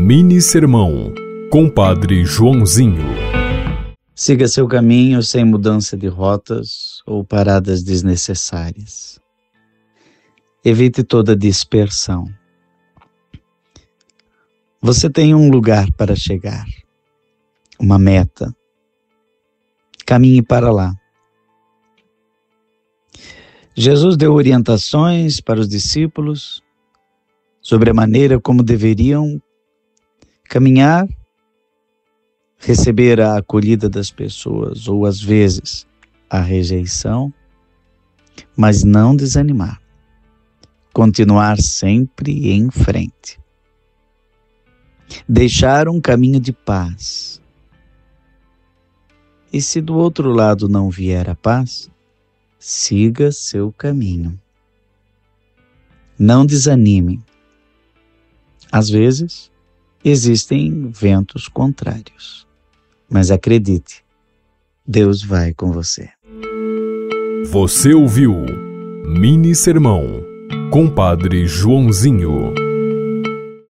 Mini Sermão, Compadre Joãozinho. Siga seu caminho sem mudança de rotas ou paradas desnecessárias. Evite toda dispersão. Você tem um lugar para chegar, uma meta. Caminhe para lá. Jesus deu orientações para os discípulos sobre a maneira como deveriam caminhar, receber a acolhida das pessoas ou às vezes a rejeição, mas não desanimar. Continuar sempre em frente. Deixar um caminho de paz. E se do outro lado não vier a paz, siga seu caminho. Não desanime. Às vezes, existem ventos contrários. Mas acredite, Deus vai com você. Você ouviu Mini Sermão, Compadre Joãozinho.